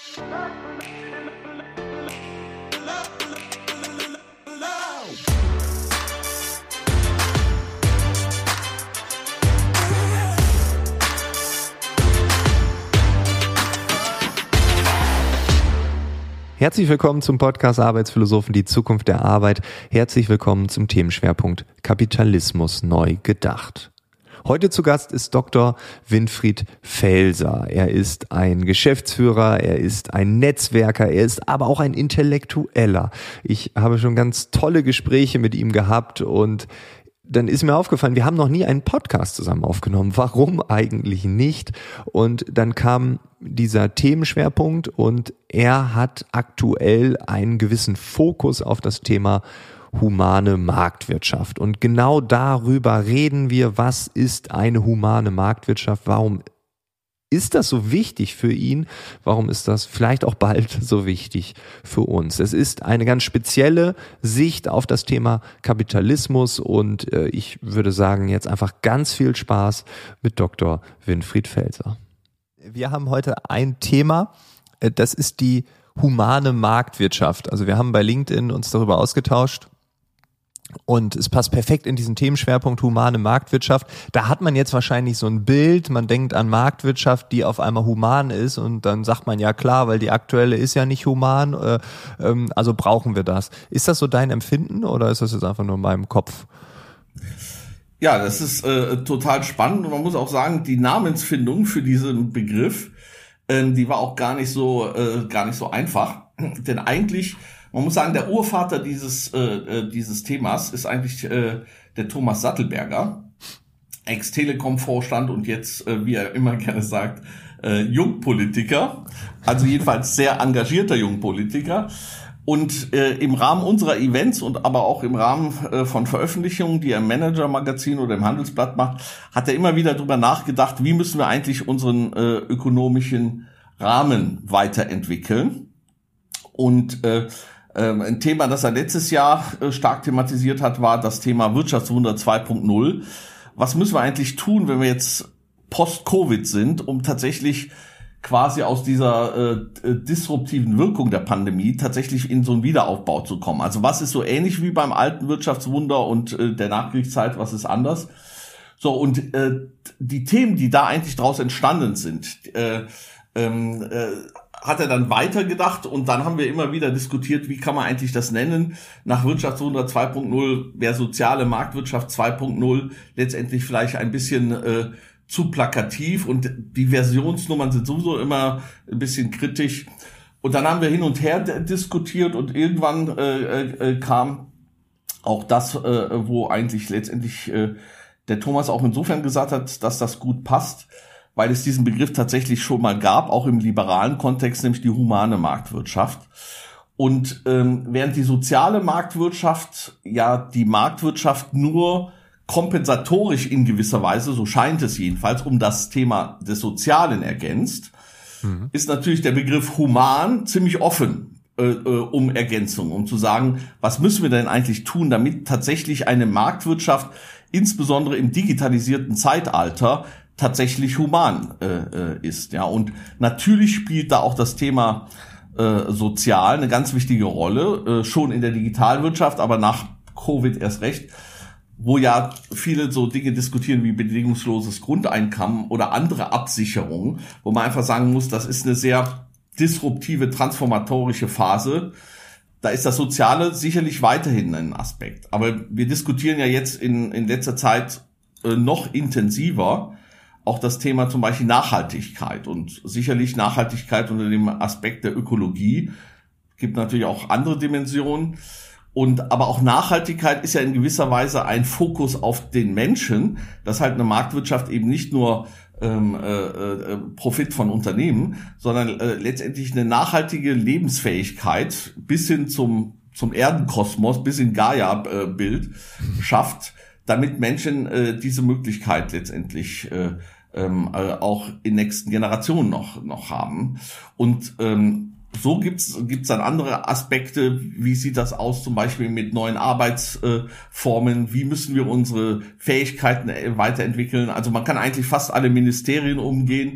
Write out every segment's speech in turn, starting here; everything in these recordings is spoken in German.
Herzlich willkommen zum Podcast Arbeitsphilosophen, die Zukunft der Arbeit. Herzlich willkommen zum Themenschwerpunkt Kapitalismus neu gedacht. Heute zu Gast ist Dr. Winfried Felser. Er ist ein Geschäftsführer, er ist ein Netzwerker, er ist aber auch ein Intellektueller. Ich habe schon ganz tolle Gespräche mit ihm gehabt und dann ist mir aufgefallen, wir haben noch nie einen Podcast zusammen aufgenommen. Warum eigentlich nicht? Und dann kam dieser Themenschwerpunkt und er hat aktuell einen gewissen Fokus auf das Thema humane Marktwirtschaft. Und genau darüber reden wir. Was ist eine humane Marktwirtschaft? Warum ist das so wichtig für ihn? Warum ist das vielleicht auch bald so wichtig für uns? Es ist eine ganz spezielle Sicht auf das Thema Kapitalismus und ich würde sagen, jetzt einfach ganz viel Spaß mit Dr. Winfried Felser. Wir haben heute ein Thema, das ist die humane Marktwirtschaft. Also wir haben bei LinkedIn uns darüber ausgetauscht. Und es passt perfekt in diesen Themenschwerpunkt humane Marktwirtschaft. Da hat man jetzt wahrscheinlich so ein Bild, man denkt an Marktwirtschaft, die auf einmal human ist und dann sagt man ja klar, weil die aktuelle ist ja nicht human, also brauchen wir das. Ist das so dein Empfinden oder ist das jetzt einfach nur in meinem Kopf? Ja, das ist total spannend und man muss auch sagen, die Namensfindung für diesen Begriff, die war auch gar nicht so einfach, denn eigentlich man muss sagen, der Urvater dieses Themas ist eigentlich der Thomas Sattelberger, Ex-Telekom-Vorstand und jetzt, wie er immer gerne sagt, Jungpolitiker, also jedenfalls sehr engagierter Jungpolitiker. Und im Rahmen unserer Events und aber auch im Rahmen von Veröffentlichungen, die er im Manager-Magazin oder im Handelsblatt macht, hat er immer wieder darüber nachgedacht, wie müssen wir eigentlich unseren ökonomischen Rahmen weiterentwickeln. Und ein Thema, das er letztes Jahr stark thematisiert hat, war das Thema Wirtschaftswunder 2.0. Was müssen wir eigentlich tun, wenn wir jetzt post-Covid sind, um tatsächlich quasi aus dieser disruptiven Wirkung der Pandemie tatsächlich in so einen Wiederaufbau zu kommen? Also was ist so ähnlich wie beim alten Wirtschaftswunder und der Nachkriegszeit, was ist anders? So, und die Themen, die da eigentlich daraus entstanden sind, hat er dann weitergedacht und dann haben wir immer wieder diskutiert, wie kann man eigentlich das nennen? Nach Wirtschaftswunder 2.0 wäre soziale Marktwirtschaft 2.0 letztendlich vielleicht ein bisschen zu plakativ und die Versionsnummern sind sowieso immer ein bisschen kritisch. Und dann haben wir hin und her diskutiert und irgendwann kam auch das, wo eigentlich letztendlich der Thomas auch insofern gesagt hat, dass das gut passt, weil es diesen Begriff tatsächlich schon mal gab, auch im liberalen Kontext, nämlich die humane Marktwirtschaft. Und während die soziale Marktwirtschaft ja die Marktwirtschaft nur kompensatorisch in gewisser Weise, so scheint es jedenfalls, um das Thema des Sozialen ergänzt, ist natürlich der Begriff human ziemlich offen um Ergänzung, um zu sagen, was müssen wir denn eigentlich tun, damit tatsächlich eine Marktwirtschaft, insbesondere im digitalisierten Zeitalter, tatsächlich human ist, ja. Und natürlich spielt da auch das Thema sozial eine ganz wichtige Rolle, schon in der Digitalwirtschaft, aber nach Covid erst recht, wo ja viele so Dinge diskutieren wie bedingungsloses Grundeinkommen oder andere Absicherungen, wo man einfach sagen muss, das ist eine sehr disruptive, transformatorische Phase. Da ist das Soziale sicherlich weiterhin ein Aspekt. Aber wir diskutieren ja jetzt in letzter Zeit noch intensiver auch das Thema zum Beispiel Nachhaltigkeit und sicherlich Nachhaltigkeit unter dem Aspekt der Ökologie. Gibt natürlich auch andere Dimensionen. Aber auch Nachhaltigkeit ist ja in gewisser Weise ein Fokus auf den Menschen, dass halt eine Marktwirtschaft eben nicht nur Profit von Unternehmen, sondern letztendlich eine nachhaltige Lebensfähigkeit bis hin zum Erdenkosmos, bis in Gaia-Bild schafft, damit Menschen diese Möglichkeit letztendlich auch in nächsten Generationen noch haben. Und so gibt's dann andere Aspekte. Wie sieht das aus zum Beispiel mit neuen Arbeitsformen? Wie müssen wir unsere Fähigkeiten weiterentwickeln? Also man kann eigentlich fast alle Ministerien umgehen,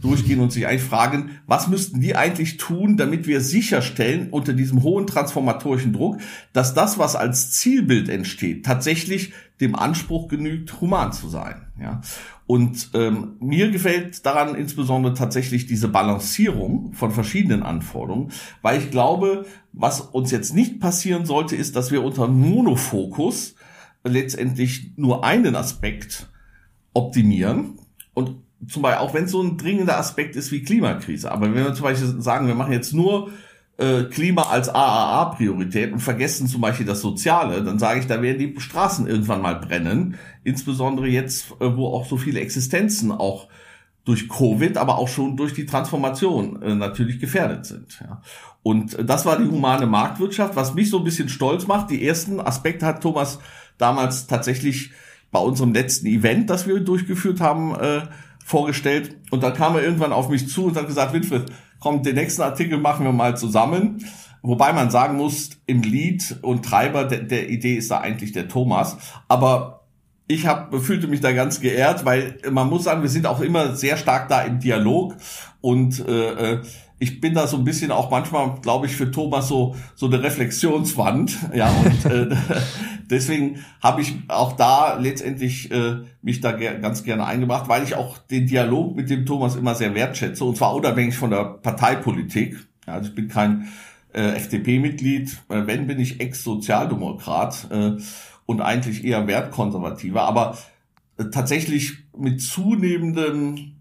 durchgehen und sich eigentlich fragen, was müssten die eigentlich tun, damit wir sicherstellen, unter diesem hohen transformatorischen Druck, dass das, was als Zielbild entsteht, tatsächlich dem Anspruch genügt, human zu sein. Ja. Und mir gefällt daran insbesondere tatsächlich diese Balancierung von verschiedenen Anforderungen, weil ich glaube, was uns jetzt nicht passieren sollte, ist, dass wir unter Monofokus letztendlich nur einen Aspekt optimieren und zum Beispiel, auch wenn es so ein dringender Aspekt ist wie Klimakrise, aber wenn wir zum Beispiel sagen, wir machen jetzt nur Klima als AAA-Priorität und vergessen zum Beispiel das Soziale, dann sage ich, da werden die Straßen irgendwann mal brennen, insbesondere jetzt, wo auch so viele Existenzen auch durch Covid, aber auch schon durch die Transformation natürlich gefährdet sind. Ja. Und das war die humane Marktwirtschaft, was mich so ein bisschen stolz macht. Die ersten Aspekte hat Thomas damals tatsächlich bei unserem letzten Event, das wir durchgeführt haben, vorgestellt. Und dann kam er irgendwann auf mich zu und hat gesagt, Winfried, komm, den nächsten Artikel machen wir mal zusammen. Wobei man sagen muss, im Lead und Treiber der Idee ist da eigentlich der Thomas. Aber ich fühlte mich da ganz geehrt, weil man muss sagen, wir sind auch immer sehr stark da im Dialog. Und ich bin da so ein bisschen auch manchmal, glaube ich, für Thomas so eine Reflexionswand. Ja, und deswegen habe ich auch da letztendlich mich da ganz gerne eingebracht, weil ich auch den Dialog mit dem Thomas immer sehr wertschätze, und zwar unabhängig von der Parteipolitik. Ja, also ich bin kein FDP-Mitglied, wenn, bin ich Ex-Sozialdemokrat und eigentlich eher wertkonservativer, aber tatsächlich mit zunehmendem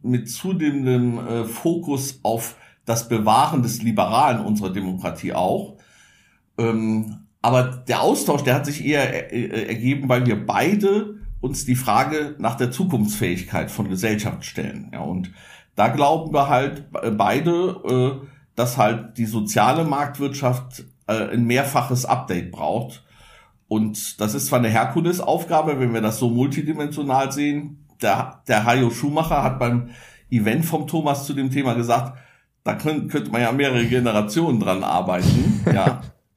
Fokus auf das Bewahren des Liberalen unserer Demokratie auch. Aber der Austausch, der hat sich eher ergeben, weil wir beide uns die Frage nach der Zukunftsfähigkeit von Gesellschaft stellen. Ja, und da glauben wir halt beide, dass halt die soziale Marktwirtschaft ein mehrfaches Update braucht. Und das ist zwar eine Herkulesaufgabe, wenn wir das so multidimensional sehen. Der Hajo Schumacher hat beim Event vom Thomas zu dem Thema gesagt, da könnte man ja mehrere Generationen dran arbeiten, ja.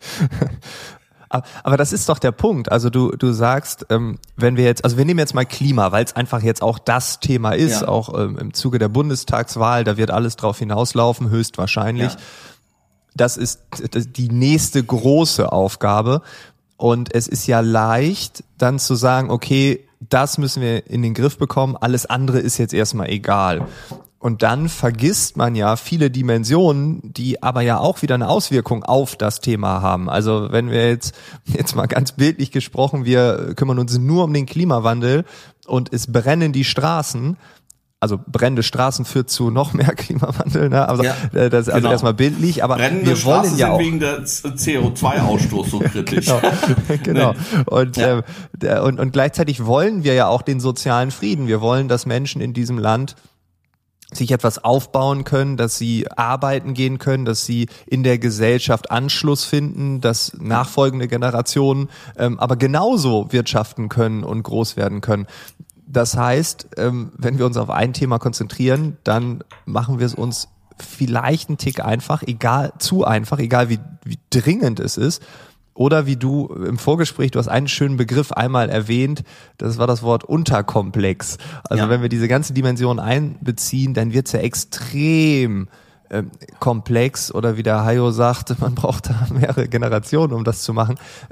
Aber das ist doch der Punkt. Also du sagst, wenn wir jetzt, also wir nehmen jetzt mal Klima, weil es einfach jetzt auch das Thema ist, ja. Auch im Zuge der Bundestagswahl, da wird alles drauf hinauslaufen, höchstwahrscheinlich. Ja. Das ist die nächste große Aufgabe. Und es ist ja leicht, dann zu sagen, okay, das müssen wir in den Griff bekommen, alles andere ist jetzt erstmal egal. Und dann vergisst man ja viele Dimensionen, die aber ja auch wieder eine Auswirkung auf das Thema haben. Also wenn wir jetzt mal ganz bildlich gesprochen, wir kümmern uns nur um den Klimawandel und es brennen die Straßen, also brennende Straßen führt zu noch mehr Klimawandel, ne? Also, ja, das ist also erstmal bildlich, aber brennende wir wollen Straßen ja auch sind wegen der CO2-Ausstoß so kritisch. Genau. Und, ja. Und gleichzeitig wollen wir ja auch den sozialen Frieden. Wir wollen, dass Menschen in diesem Land sich etwas aufbauen können, dass sie arbeiten gehen können, dass sie in der Gesellschaft Anschluss finden, dass nachfolgende Generationen aber genauso wirtschaften können und groß werden können. Das heißt, wenn wir uns auf ein Thema konzentrieren, dann machen wir es uns vielleicht einen Tick einfach, egal wie dringend es ist. Oder wie du im Vorgespräch, du hast einen schönen Begriff einmal erwähnt, das war das Wort unterkomplex. Also ja. Wenn wir diese ganze Dimension einbeziehen, dann wird's ja extrem komplex, oder wie der Hajo sagt, man braucht da mehrere Generationen, um das zu machen.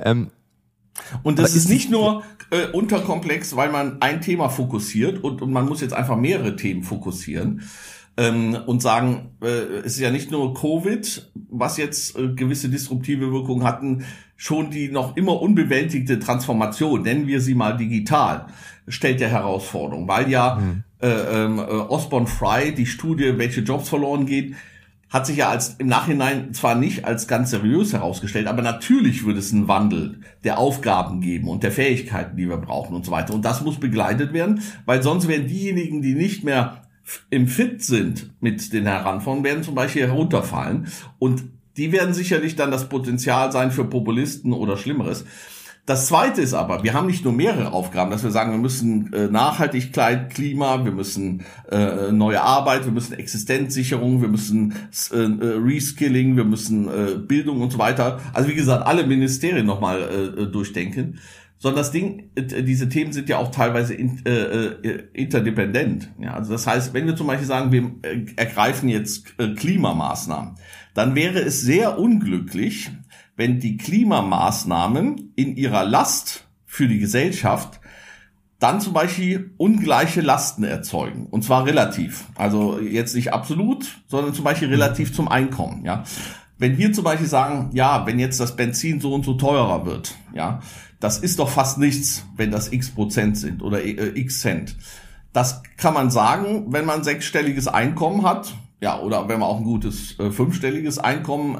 Und das ist nicht nur unterkomplex, weil man ein Thema fokussiert und man muss jetzt einfach mehrere Themen fokussieren. Und sagen, es ist ja nicht nur Covid, was jetzt gewisse disruptive Wirkungen hatten, schon die noch immer unbewältigte Transformation, nennen wir sie mal digital, stellt ja Herausforderungen, weil ja Osborne Fry, die Studie, welche Jobs verloren gehen, hat sich ja als im Nachhinein zwar nicht als ganz seriös herausgestellt, aber natürlich wird es einen Wandel der Aufgaben geben und der Fähigkeiten, die wir brauchen und so weiter. Und das muss begleitet werden, weil sonst werden diejenigen, die nicht mehr im Fit sind mit den Heranforderungen, werden zum Beispiel herunterfallen. Und die werden sicherlich dann das Potenzial sein für Populisten oder Schlimmeres. Das Zweite ist aber, wir haben nicht nur mehrere Aufgaben, dass wir sagen, wir müssen Nachhaltigkeit, Klima, wir müssen neue Arbeit, wir müssen Existenzsicherung, wir müssen Reskilling, wir müssen Bildung und so weiter. Also wie gesagt, alle Ministerien nochmal durchdenken. sondern das Ding, diese Themen sind ja auch teilweise interdependent. Ja, also das heißt, wenn wir zum Beispiel sagen, wir ergreifen jetzt Klimamaßnahmen, dann wäre es sehr unglücklich, wenn die Klimamaßnahmen in ihrer Last für die Gesellschaft dann zum Beispiel ungleiche Lasten erzeugen. Und zwar relativ. Also jetzt nicht absolut, sondern zum Beispiel relativ zum Einkommen. Ja, wenn wir zum Beispiel sagen, ja, wenn jetzt das Benzin so und so teurer wird, ja, das ist doch fast nichts, wenn das x% sind oder x Cent. Das kann man sagen, wenn man 6-stelliges Einkommen hat, ja, oder wenn man auch ein gutes 5-stelliges Einkommen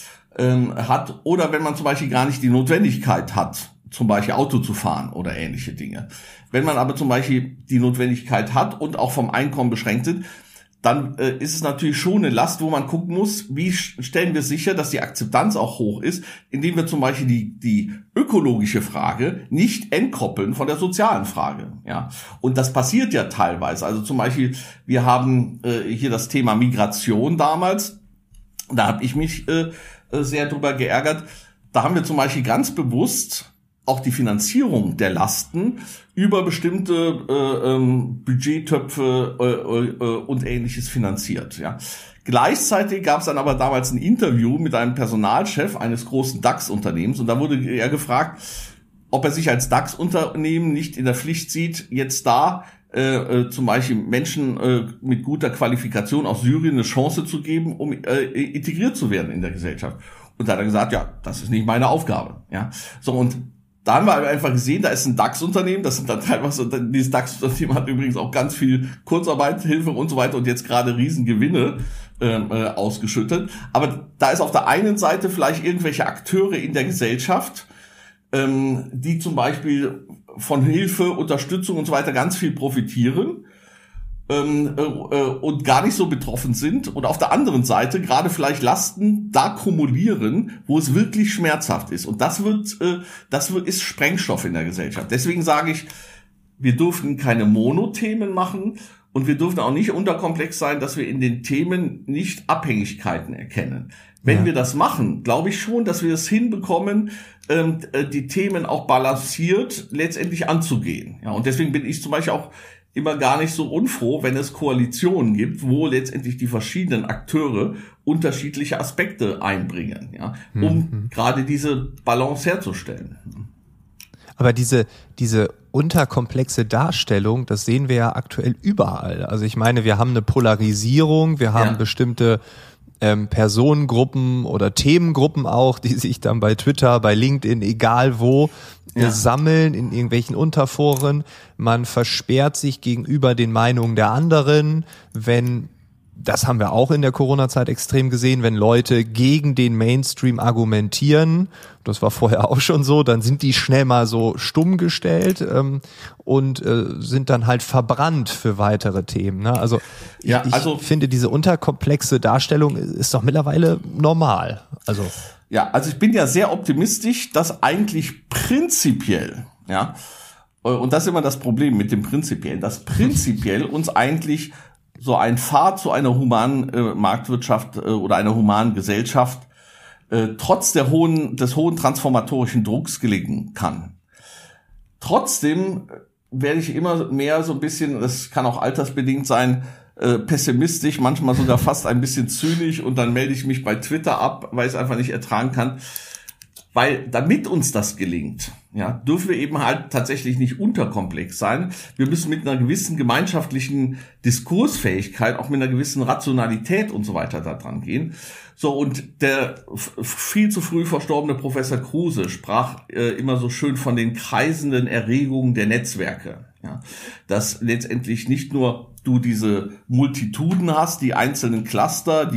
hat, oder wenn man zum Beispiel gar nicht die Notwendigkeit hat, zum Beispiel Auto zu fahren oder ähnliche Dinge. Wenn man aber zum Beispiel die Notwendigkeit hat und auch vom Einkommen beschränkt sind, dann ist es natürlich schon eine Last, wo man gucken muss, wie stellen wir sicher, dass die Akzeptanz auch hoch ist, indem wir zum Beispiel die ökologische Frage nicht entkoppeln von der sozialen Frage. Ja, und das passiert ja teilweise. Also zum Beispiel, wir haben hier das Thema Migration damals. Da habe ich mich sehr drüber geärgert. Da haben wir zum Beispiel ganz bewusst auch die Finanzierung der Lasten über bestimmte Budgettöpfe und Ähnliches finanziert. Ja. Gleichzeitig gab es dann aber damals ein Interview mit einem Personalchef eines großen DAX-Unternehmens und da wurde er gefragt, ob er sich als DAX-Unternehmen nicht in der Pflicht sieht, jetzt da zum Beispiel Menschen mit guter Qualifikation aus Syrien eine Chance zu geben, um integriert zu werden in der Gesellschaft. Und da hat er gesagt, ja, das ist nicht meine Aufgabe. Ja, so, und da haben wir einfach gesehen, da ist ein DAX-Unternehmen, das sind dann teilweise, dieses DAX-Unternehmen hat übrigens auch ganz viel Kurzarbeit, Hilfe und so weiter und jetzt gerade Riesengewinne ausgeschüttet. Aber da ist auf der einen Seite vielleicht irgendwelche Akteure in der Gesellschaft, die zum Beispiel von Hilfe, Unterstützung und so weiter ganz viel profitieren und gar nicht so betroffen sind. Und auf der anderen Seite gerade vielleicht Lasten da kumulieren, wo es wirklich schmerzhaft ist. Und das ist Sprengstoff in der Gesellschaft. Deswegen sage ich, wir dürfen keine Monothemen machen und wir dürfen auch nicht unterkomplex sein, dass wir in den Themen nicht Abhängigkeiten erkennen. Wenn wir das machen, glaube ich schon, dass wir es hinbekommen, die Themen auch balanciert letztendlich anzugehen. Ja, und deswegen bin ich zum Beispiel auch immer gar nicht so unfroh, wenn es Koalitionen gibt, wo letztendlich die verschiedenen Akteure unterschiedliche Aspekte einbringen, ja, um gerade diese Balance herzustellen. Aber diese unterkomplexe Darstellung, das sehen wir ja aktuell überall. Also ich meine, wir haben eine Polarisierung, wir haben bestimmte Personengruppen oder Themengruppen auch, die sich dann bei Twitter, bei LinkedIn, egal wo, sammeln in irgendwelchen Unterforen. Man versperrt sich gegenüber den Meinungen der anderen, das haben wir auch in der Corona-Zeit extrem gesehen, wenn Leute gegen den Mainstream argumentieren, das war vorher auch schon so, dann sind die schnell mal so stumm gestellt und sind dann halt verbrannt für weitere Themen. Ne? Also ich finde, diese unterkomplexe Darstellung ist doch mittlerweile normal. Also ich bin ja sehr optimistisch, dass eigentlich prinzipiell, und das ist immer das Problem mit dem Prinzipiellen, dass prinzipiell uns eigentlich so ein Pfad zu einer humanen Marktwirtschaft oder einer humanen Gesellschaft trotz des hohen transformatorischen Drucks gelingen kann. Trotzdem werde ich immer mehr so ein bisschen, das kann auch altersbedingt sein, pessimistisch, manchmal sogar fast ein bisschen zynisch und dann melde ich mich bei Twitter ab, weil ich es einfach nicht ertragen kann. Weil damit uns das gelingt, dürfen wir eben halt tatsächlich nicht unterkomplex sein. Wir müssen mit einer gewissen gemeinschaftlichen Diskursfähigkeit, auch mit einer gewissen Rationalität und so weiter da dran gehen. So, und der viel zu früh verstorbene Professor Kruse sprach immer so schön von den kreisenden Erregungen der Netzwerke. Ja, dass letztendlich nicht nur du diese Multituden hast, die einzelnen Cluster,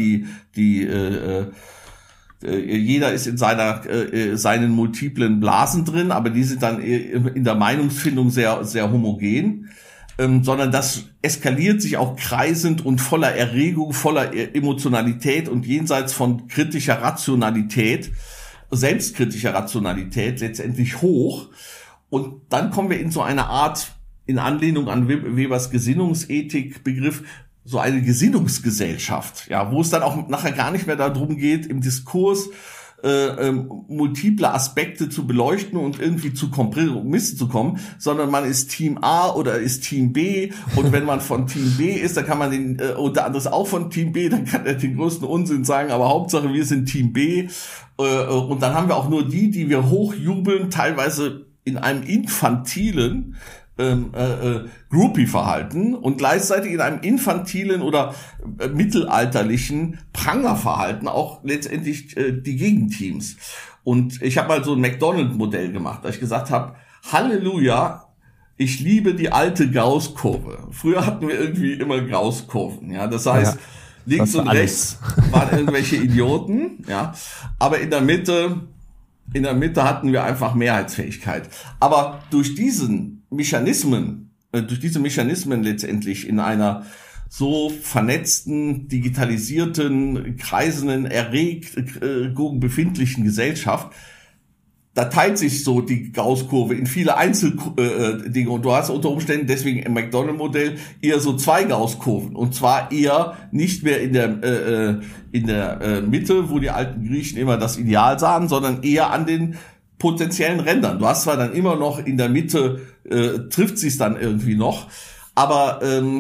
jeder ist in seinen multiplen Blasen drin, aber die sind dann in der Meinungsfindung sehr, sehr homogen, sondern das eskaliert sich auch kreisend und voller Erregung, voller Emotionalität und jenseits von kritischer Rationalität, selbstkritischer Rationalität letztendlich hoch. Und dann kommen wir in so eine Art, in Anlehnung an Webers Gesinnungsethik-Begriff, so eine Gesinnungsgesellschaft, wo es dann auch nachher gar nicht mehr darum geht, im Diskurs multiple Aspekte zu beleuchten und irgendwie zu Kompromissen zu kommen, sondern man ist Team A oder ist Team B, und wenn man von Team B ist, dann kann man unter anderem auch von Team B, dann kann er den größten Unsinn sagen, aber Hauptsache wir sind Team B, und dann haben wir auch nur die wir hochjubeln, teilweise in einem infantilen Groupie-Verhalten und gleichzeitig in einem infantilen oder mittelalterlichen Prangerverhalten auch letztendlich die Gegenteams. Und ich habe mal so ein McDonald-Modell gemacht, da ich gesagt habe, Halleluja, ich liebe die alte Gauss-Kurve. Früher hatten wir irgendwie immer Gauss-Kurven, ja, das heißt, links und rechts waren irgendwelche Idioten, ja, aber in der Mitte hatten wir einfach Mehrheitsfähigkeit. Aber durch diese Mechanismen letztendlich in einer so vernetzten, digitalisierten, kreisenden, Erregung befindlichen Gesellschaft, da teilt sich so die Gauss-Kurve in viele Einzeldinge, und du hast unter Umständen deswegen im McDonald-Modell eher so 2 Gauss-Kurven, und zwar eher nicht mehr in der Mitte, wo die alten Griechen immer das Ideal sahen, sondern eher an den potenziellen Rändern. Du hast zwar dann immer noch in der Mitte, trifft sich's dann irgendwie noch, aber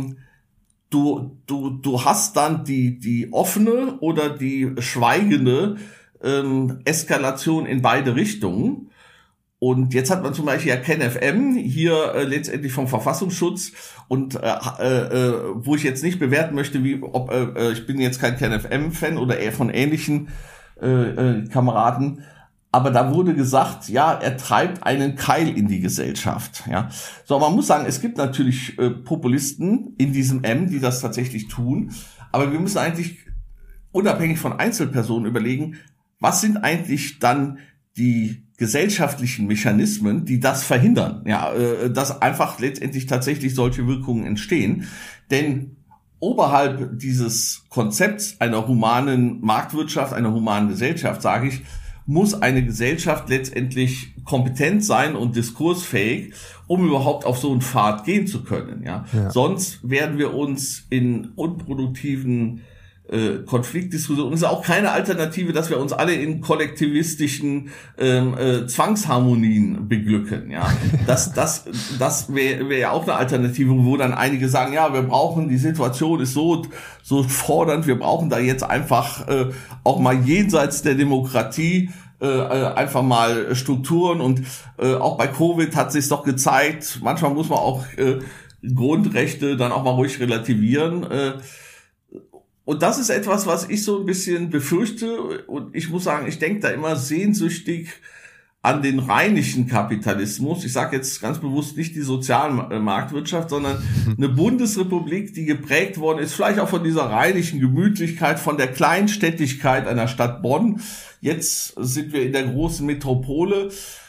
du hast dann die offene oder die schweigende Eskalation in beide Richtungen. Und jetzt hat man zum Beispiel ja KenFM hier letztendlich vom Verfassungsschutz, und wo ich jetzt nicht bewerten möchte, ich bin jetzt kein KenFM-Fan oder eher von ähnlichen Kameraden, aber da wurde gesagt, ja, er treibt einen Keil in die Gesellschaft. Ja, so, man muss sagen, es gibt natürlich Populisten in diesem M, die das tatsächlich tun, aber wir müssen eigentlich unabhängig von Einzelpersonen überlegen, was sind eigentlich dann die gesellschaftlichen Mechanismen, die das verhindern, ja, dass einfach letztendlich tatsächlich solche Wirkungen entstehen. Denn oberhalb dieses Konzepts einer humanen Marktwirtschaft, einer humanen Gesellschaft, sage ich, muss eine Gesellschaft letztendlich kompetent sein und diskursfähig, um überhaupt auf so einen Pfad gehen zu können. Ja. Sonst werden wir uns in unproduktiven Konfliktdiskussionen. Es ist auch keine Alternative, dass wir uns alle in kollektivistischen Zwangsharmonien beglücken. Ja, das wäre ja auch eine Alternative, wo dann einige sagen, ja, wir brauchen, die Situation ist so fordernd, wir brauchen da jetzt einfach auch mal jenseits der Demokratie einfach mal Strukturen, und auch bei Covid hat sich doch gezeigt, manchmal muss man auch Grundrechte dann auch mal ruhig relativieren. Und das ist etwas, was ich so ein bisschen befürchte, und ich muss sagen, ich denke da immer sehnsüchtig an den rheinischen Kapitalismus. Ich sage jetzt ganz bewusst nicht die Sozialmarktwirtschaft, sondern eine Bundesrepublik, die geprägt worden ist, vielleicht auch von dieser rheinischen Gemütlichkeit, von der Kleinstädtigkeit einer Stadt Bonn. Jetzt sind wir in der großen Metropole.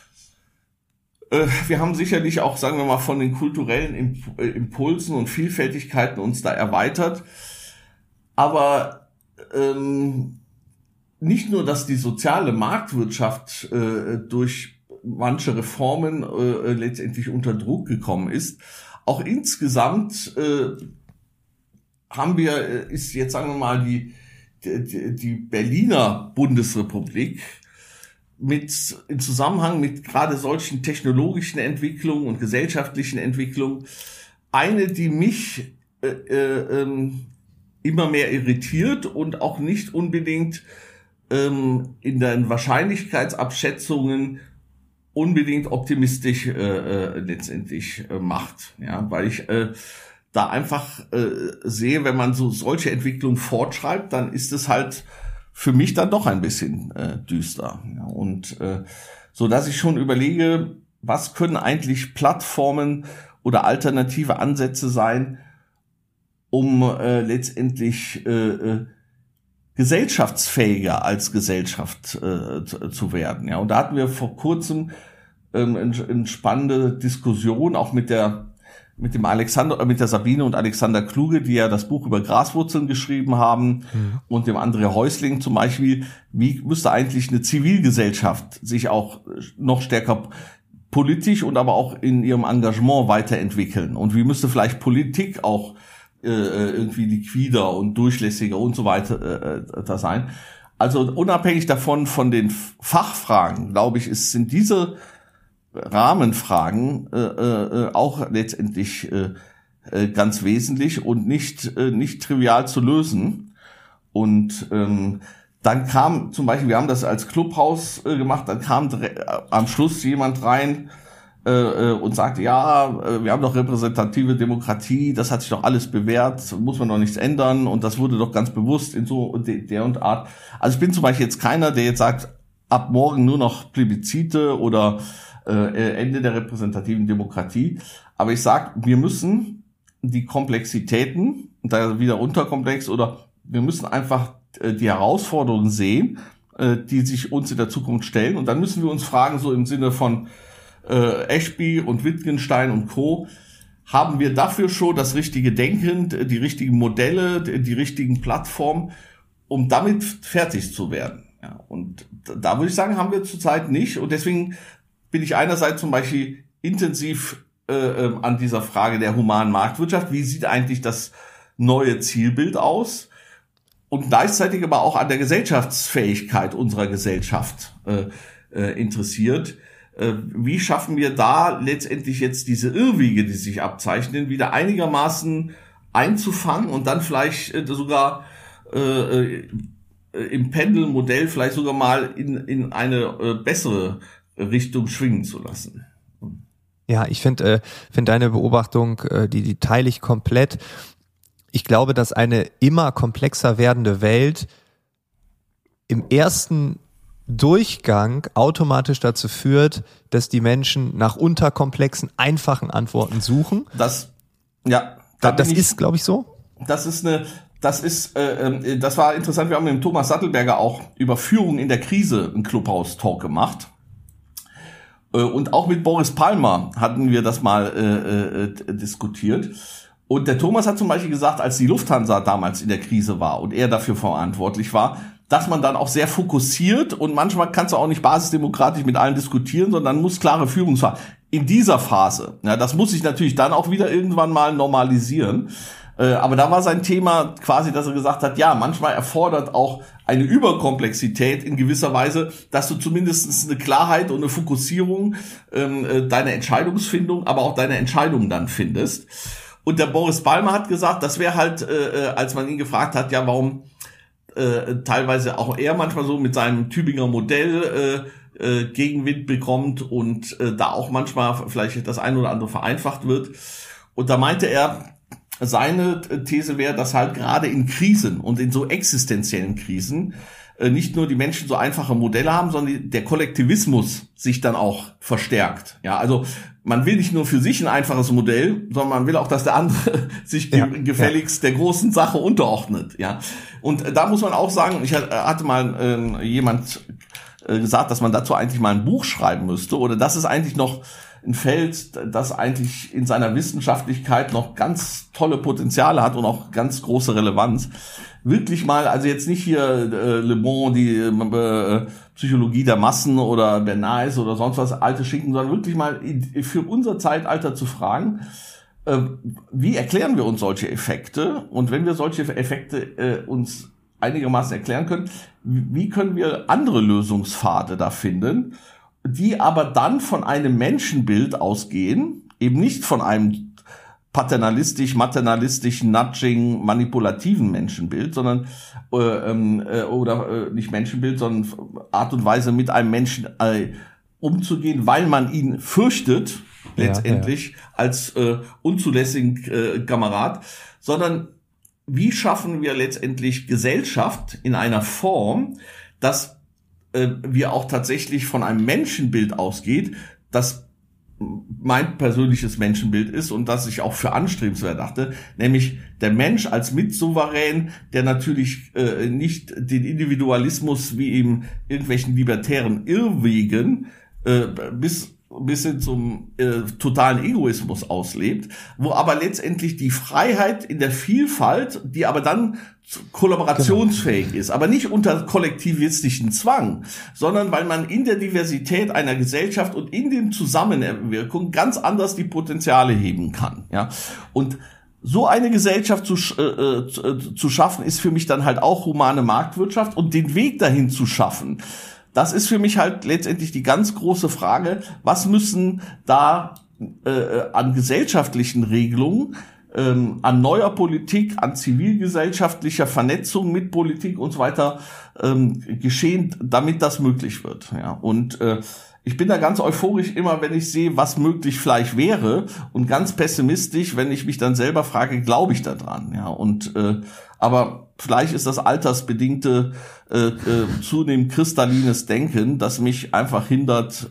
Wir haben sicherlich auch, sagen wir mal, von den kulturellen Impulsen und Vielfältigkeiten uns da erweitert. Aber nicht nur, dass die soziale Marktwirtschaft durch manche Reformen letztendlich unter Druck gekommen ist, auch insgesamt ist jetzt, sagen wir mal, die Berliner Bundesrepublik im Zusammenhang mit gerade solchen technologischen Entwicklungen und gesellschaftlichen Entwicklungen eine, die mich immer mehr irritiert und auch nicht unbedingt in den Wahrscheinlichkeitsabschätzungen unbedingt optimistisch letztendlich macht. Ja, weil ich da einfach sehe, wenn man solche Entwicklungen fortschreibt, dann ist es halt für mich dann doch ein bisschen düster. Ja, und so dass ich schon überlege, was können eigentlich Plattformen oder alternative Ansätze sein, um letztendlich gesellschaftsfähiger als Gesellschaft zu werden. Ja, und da hatten wir vor kurzem eine spannende Diskussion auch mit der Sabine und Alexander Kluge, die ja das Buch über Graswurzeln geschrieben haben, und dem André Häusling zum Beispiel. Wie müsste eigentlich eine Zivilgesellschaft sich auch noch stärker politisch und aber auch in ihrem Engagement weiterentwickeln? Und wie müsste vielleicht Politik auch irgendwie liquider und durchlässiger und so weiter da sein? Also unabhängig davon, von den Fachfragen, glaube ich, sind diese Rahmenfragen auch letztendlich ganz wesentlich und nicht trivial zu lösen. Und dann kam zum Beispiel, wir haben das als Clubhaus gemacht, dann kam am Schluss jemand rein und sagte, ja, wir haben doch repräsentative Demokratie, das hat sich doch alles bewährt, muss man doch nichts ändern und das wurde doch ganz bewusst in so der und Art. Also ich bin zum Beispiel jetzt keiner, der jetzt sagt, ab morgen nur noch Plebiszite oder Ende der repräsentativen Demokratie. Aber ich sage, wir müssen die Komplexitäten, da wieder unterkomplex, oder wir müssen einfach die Herausforderungen sehen, die sich uns in der Zukunft stellen. Und dann müssen wir uns fragen, so im Sinne von Ashby und Wittgenstein und Co., haben wir dafür schon das richtige Denken, die richtigen Modelle, die richtigen Plattformen, um damit fertig zu werden. Ja, und da würde ich sagen, haben wir zurzeit nicht. Und deswegen bin ich einerseits zum Beispiel intensiv an dieser Frage der humanen Marktwirtschaft. Wie sieht eigentlich das neue Zielbild aus? Und gleichzeitig aber auch an der Gesellschaftsfähigkeit unserer Gesellschaft interessiert. Wie schaffen wir da letztendlich jetzt diese Irrwege, die sich abzeichnen, wieder einigermaßen einzufangen und dann vielleicht sogar im Pendelmodell vielleicht sogar mal in eine bessere Richtung schwingen zu lassen? Ja, ich finde deine Beobachtung, die teile ich komplett. Ich glaube, dass eine immer komplexer werdende Welt im ersten Durchgang automatisch dazu führt, dass die Menschen nach unterkomplexen, einfachen Antworten suchen. Das ist, glaube ich, so. Das war interessant. Wir haben mit dem Thomas Sattelberger auch über Führung in der Krise einen Clubhouse-Talk gemacht. Und auch mit Boris Palmer hatten wir das mal diskutiert. Und der Thomas hat zum Beispiel gesagt, als die Lufthansa damals in der Krise war und er dafür verantwortlich war, dass man dann auch sehr fokussiert und manchmal kannst du auch nicht basisdemokratisch mit allen diskutieren, sondern muss klare Führungsfragen. In dieser Phase, ja, das muss sich natürlich dann auch wieder irgendwann mal normalisieren. Aber da war sein Thema quasi, dass er gesagt hat, ja, manchmal erfordert auch eine Überkomplexität in gewisser Weise, dass du zumindest eine Klarheit und eine Fokussierung, deine Entscheidungsfindung, aber auch deine Entscheidungen dann findest. Und der Boris Palmer hat gesagt, das wäre halt, als man ihn gefragt hat, ja, warum teilweise auch er manchmal so mit seinem Tübinger Modell Gegenwind bekommt und da auch manchmal vielleicht das ein oder andere vereinfacht wird. Und da meinte er, seine These wäre, dass halt gerade in Krisen und in so existenziellen Krisen nicht nur die Menschen so einfache Modelle haben, sondern der Kollektivismus sich dann auch verstärkt. Ja, also man will nicht nur für sich ein einfaches Modell, sondern man will auch, dass der andere sich gefälligst der großen Sache unterordnet. Ja, und da muss man auch sagen, ich hatte mal jemand gesagt, dass man dazu eigentlich mal ein Buch schreiben müsste, oder das ist eigentlich noch ein Feld, das eigentlich in seiner Wissenschaftlichkeit noch ganz tolle Potenziale hat und auch ganz große Relevanz. Wirklich mal, also jetzt nicht hier Le Bon, die Psychologie der Massen oder Bernays oder sonst was, alte Schinken, sondern wirklich mal für unser Zeitalter zu fragen, wie erklären wir uns solche Effekte? Und wenn wir solche Effekte uns einigermaßen erklären können, wie können wir andere Lösungspfade da finden, die aber dann von einem Menschenbild ausgehen, eben nicht von einem paternalistisch, nudging, manipulativen Menschenbild, sondern nicht Menschenbild, sondern Art und Weise, mit einem Menschen umzugehen, weil man ihn fürchtet, letztendlich als unzulässigen Kamerad, sondern wie schaffen wir letztendlich Gesellschaft in einer Form, dass wir auch tatsächlich von einem Menschenbild ausgeht, das mein persönliches Menschenbild ist und das ich auch für anstrebenswert dachte, nämlich der Mensch als Mitsouverän, der natürlich nicht den Individualismus wie eben irgendwelchen libertären Irrwegen bis hin zum totalen Egoismus auslebt, wo aber letztendlich die Freiheit in der Vielfalt, die aber dann kollaborationsfähig ist, aber nicht unter kollektivistischen Zwang, sondern weil man in der Diversität einer Gesellschaft und in dem Zusammenwirkung ganz anders die Potenziale heben kann. Ja, und so eine Gesellschaft zu schaffen, ist für mich dann halt auch humane Marktwirtschaft, und den Weg dahin zu schaffen. Das ist für mich halt letztendlich die ganz große Frage, was müssen da an gesellschaftlichen Regelungen, an neuer Politik, an zivilgesellschaftlicher Vernetzung mit Politik und so weiter geschehen, damit das möglich wird. Ja, und ich bin da ganz euphorisch immer, wenn ich sehe, was möglich vielleicht wäre, und ganz pessimistisch, wenn ich mich dann selber frage, glaube ich da dran? Ja, und aber vielleicht ist das altersbedingte zunehmend kristallines Denken, das mich einfach hindert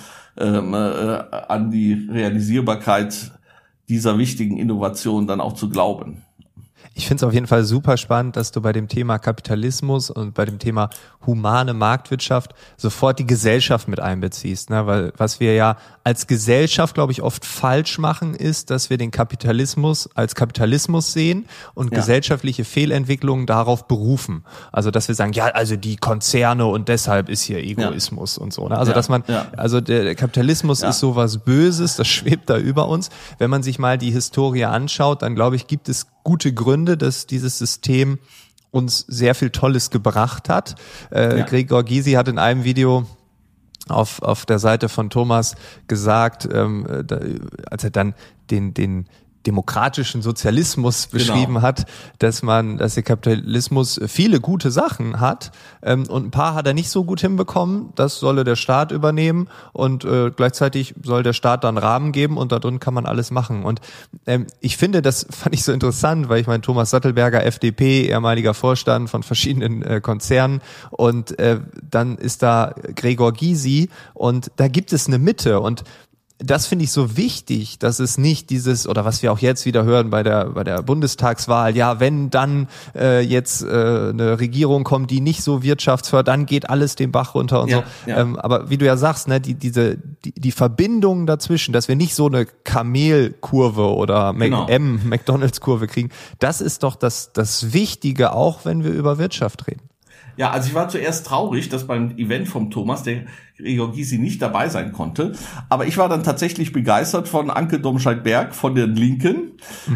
an die Realisierbarkeit dieser wichtigen Innovation dann auch zu glauben. Ich finde es auf jeden Fall super spannend, dass du bei dem Thema Kapitalismus und bei dem Thema humane Marktwirtschaft sofort die Gesellschaft mit einbeziehst, ne? Weil was wir ja als Gesellschaft, glaube ich, oft falsch machen, ist, dass wir den Kapitalismus als Kapitalismus sehen und gesellschaftliche Fehlentwicklungen darauf berufen. Also dass wir sagen, ja, also die Konzerne und deshalb ist hier Egoismus und so. Ne? Also dass man, also der Kapitalismus ist sowas Böses, das schwebt da über uns. Wenn man sich mal die Historie anschaut, dann glaube ich, gibt es gute Gründe, dass dieses System uns sehr viel Tolles gebracht hat. Gregor Gysi hat in einem Video auf der Seite von Thomas gesagt, als er dann den demokratischen Sozialismus beschrieben hat, dass der Kapitalismus viele gute Sachen hat, und ein paar hat er nicht so gut hinbekommen. Das solle der Staat übernehmen, und gleichzeitig soll der Staat dann Rahmen geben, und da drin kann man alles machen. Und ich finde, das fand ich so interessant, weil ich meine, Thomas Sattelberger, FDP, ehemaliger Vorstand von verschiedenen Konzernen, und dann ist da Gregor Gysi, und da gibt es eine Mitte, und das finde ich so wichtig, dass es nicht dieses, oder was wir auch jetzt wieder hören bei der Bundestagswahl, ja, wenn dann jetzt eine Regierung kommt, die nicht so wirtschaftsfördert, dann geht alles den Bach runter und so. Ja. Aber wie du ja sagst, ne, die Verbindungen dazwischen, dass wir nicht so eine Kamelkurve oder McDonalds-Kurve kriegen, das ist doch das Wichtige, auch wenn wir über Wirtschaft reden. Ja, also ich war zuerst traurig, dass beim Event vom Thomas der Gregor Gysi nicht dabei sein konnte. Aber ich war dann tatsächlich begeistert von Anke Domscheit-Berg von den Linken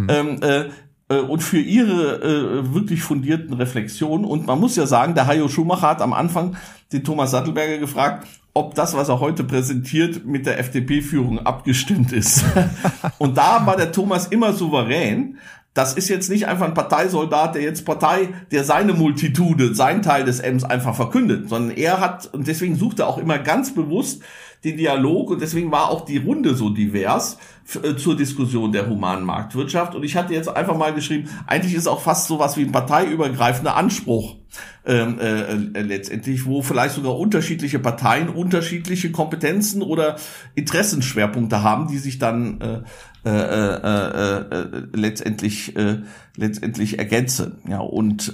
und für ihre wirklich fundierten Reflexionen. Und man muss ja sagen, der Hajo Schumacher hat am Anfang den Thomas Sattelberger gefragt, ob das, was er heute präsentiert, mit der FDP-Führung abgestimmt ist. Und da war der Thomas immer souverän. Das ist jetzt nicht einfach ein Parteisoldat, der seine Multitude, sein Teil des Ems einfach verkündet, sondern und deswegen sucht er auch immer ganz bewusst den Dialog, und deswegen war auch die Runde so divers zur Diskussion der humanen Marktwirtschaft. Und ich hatte jetzt einfach mal geschrieben, eigentlich ist auch fast sowas wie ein parteiübergreifender Anspruch letztendlich, wo vielleicht sogar unterschiedliche Parteien unterschiedliche Kompetenzen oder Interessenschwerpunkte haben, die sich dann letztendlich ergänzen. Ja, und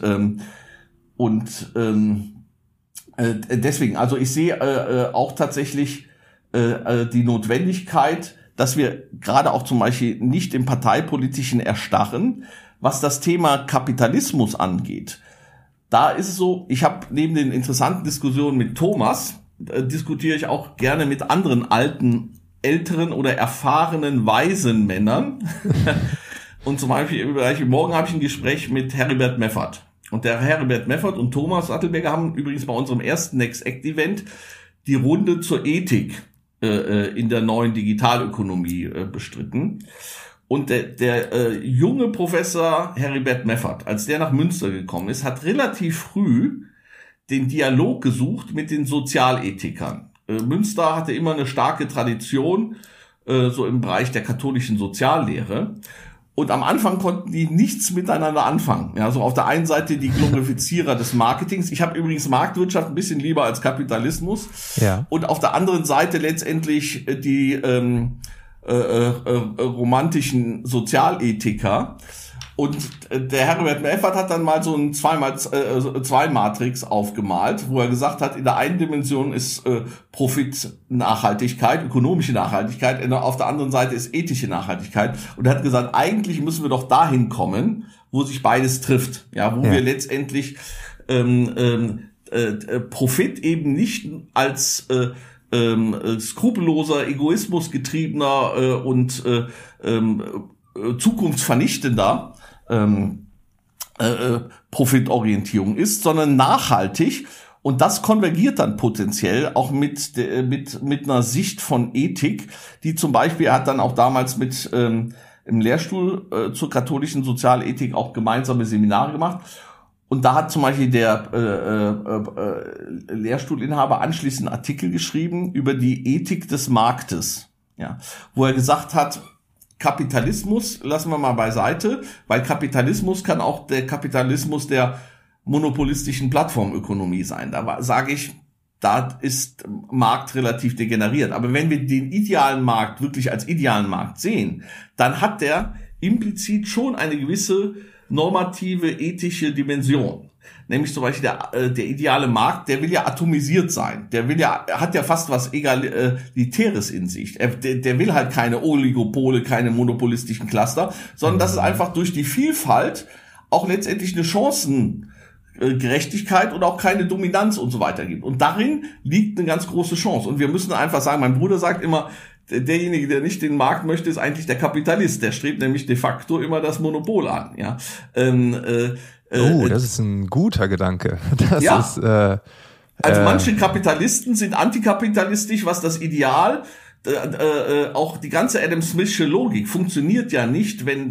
deswegen, also ich sehe auch tatsächlich die Notwendigkeit, dass wir gerade auch zum Beispiel nicht im Parteipolitischen erstarren, was das Thema Kapitalismus angeht. Da ist es so, ich habe neben den interessanten Diskussionen mit Thomas, diskutiere ich auch gerne mit anderen älteren oder erfahrenen, weisen Männern. Und zum Beispiel morgen habe ich ein Gespräch mit Heribert Meffert. Und der Heribert Meffert und Thomas Sattelberger haben übrigens bei unserem ersten Next Act Event die Runde zur Ethik in der neuen Digitalökonomie bestritten. Und der junge Professor Heribert Meffert, als der nach Münster gekommen ist, hat relativ früh den Dialog gesucht mit den Sozialethikern. Münster hatte immer eine starke Tradition, so im Bereich der katholischen Soziallehre. Und am Anfang konnten die nichts miteinander anfangen. Ja, so auf der einen Seite die Glorifizierer des Marketings. Ich habe übrigens Marktwirtschaft ein bisschen lieber als Kapitalismus. Ja. Und auf der anderen Seite letztendlich die romantischen Sozialethiker. Und der Herbert Meffert hat dann mal so ein 2x2-Matrix aufgemalt, wo er gesagt hat, in der einen Dimension ist Profit-Nachhaltigkeit, ökonomische Nachhaltigkeit, auf der anderen Seite ist ethische Nachhaltigkeit. Und er hat gesagt, eigentlich müssen wir doch dahin kommen, wo sich beides trifft, ja, wo wir letztendlich Profit eben nicht als skrupelloser, egoismusgetriebener und zukunftsvernichtender Profitorientierung ist, sondern nachhaltig. Und das konvergiert dann potenziell auch mit einer Sicht von Ethik, die zum Beispiel, er hat dann auch damals mit im Lehrstuhl zur katholischen Sozialethik auch gemeinsame Seminare gemacht. Und da hat zum Beispiel der Lehrstuhlinhaber anschließend einen Artikel geschrieben über die Ethik des Marktes, ja, wo er gesagt hat, Kapitalismus lassen wir mal beiseite, weil Kapitalismus kann auch der Kapitalismus der monopolistischen Plattformökonomie sein. Da sage ich, da ist Markt relativ degeneriert. Aber wenn wir den idealen Markt wirklich als idealen Markt sehen, dann hat der implizit schon eine gewisse normative, ethische Dimension. Nämlich zum Beispiel der ideale Markt, der will ja atomisiert sein. Hat ja fast was Egalitäres in sich. Der will halt keine Oligopole, keine monopolistischen Cluster, sondern dass es einfach durch die Vielfalt auch letztendlich eine Chancengerechtigkeit und auch keine Dominanz und so weiter gibt. Und darin liegt eine ganz große Chance. Und wir müssen einfach sagen, mein Bruder sagt immer, derjenige, der nicht den Markt möchte, ist eigentlich der Kapitalist. Der strebt nämlich de facto immer das Monopol an. Ja. Das ist ein guter Gedanke. Also manche Kapitalisten sind antikapitalistisch, was das Ideal, auch die ganze Adam Smithsche Logik funktioniert ja nicht, wenn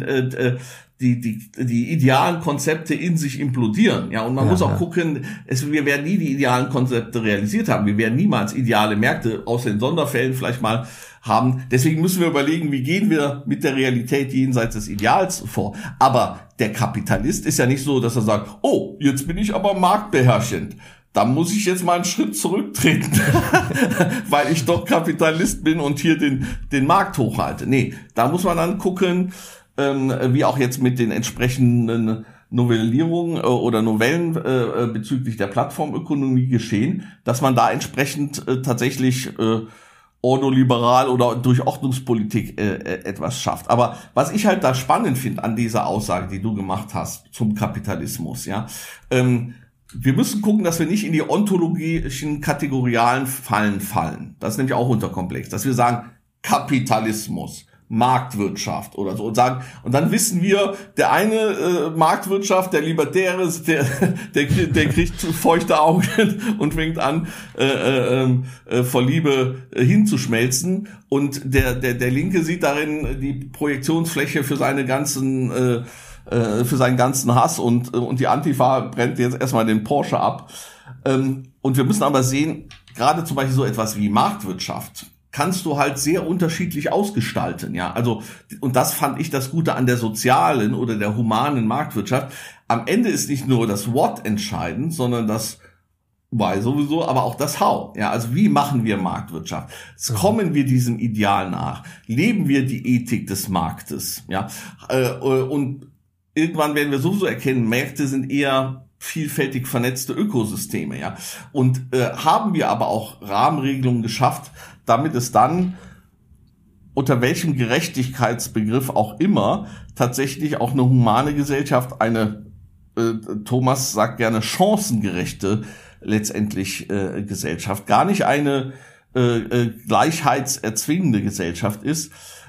die idealen Konzepte in sich implodieren. Ja, und man muss auch gucken, wir werden nie die idealen Konzepte realisiert haben. Wir werden niemals ideale Märkte, außer in Sonderfällen vielleicht mal haben. Deswegen müssen wir überlegen, wie gehen wir mit der Realität jenseits des Ideals vor. Aber der Kapitalist ist ja nicht so, dass er sagt, oh, jetzt bin ich aber marktbeherrschend. Da muss ich jetzt mal einen Schritt zurücktreten, weil ich doch Kapitalist bin und hier den Markt hochhalte. Nee, da muss man dann gucken, wie auch jetzt mit den entsprechenden Novellierungen oder Novellen bezüglich der Plattformökonomie geschehen, dass man da entsprechend tatsächlich ordoliberal oder durch Ordnungspolitik etwas schafft. Aber was ich halt da spannend finde an dieser Aussage, die du gemacht hast zum Kapitalismus, ja, wir müssen gucken, dass wir nicht in die ontologischen, kategorialen Fallen fallen. Das ist nämlich auch unterkomplex, dass wir sagen Kapitalismus, Marktwirtschaft oder so und sagen, und dann wissen wir, der eine Marktwirtschaft, der Libertäre, der kriegt feuchte Augen und fängt an vor Liebe hinzuschmelzen, und der Linke sieht darin die Projektionsfläche für seinen ganzen Hass, und die Antifa brennt jetzt erstmal den Porsche ab. Und wir müssen aber sehen, gerade zum Beispiel so etwas wie Marktwirtschaft kannst du halt sehr unterschiedlich ausgestalten, ja. Also, und das fand ich das Gute an der sozialen oder der humanen Marktwirtschaft. Am Ende ist nicht nur das What entscheidend, sondern das Why sowieso, aber auch das How. Ja, also wie machen wir Marktwirtschaft? Kommen wir diesem Ideal nach? Leben wir die Ethik des Marktes? Ja, und irgendwann werden wir sowieso erkennen, Märkte sind eher vielfältig vernetzte Ökosysteme, ja. Und haben wir aber auch Rahmenregelungen geschafft, damit es dann unter welchem Gerechtigkeitsbegriff auch immer tatsächlich auch eine humane Gesellschaft, eine, Thomas sagt gerne, chancengerechte letztendlich Gesellschaft, gar nicht eine gleichheitserzwingende Gesellschaft ist.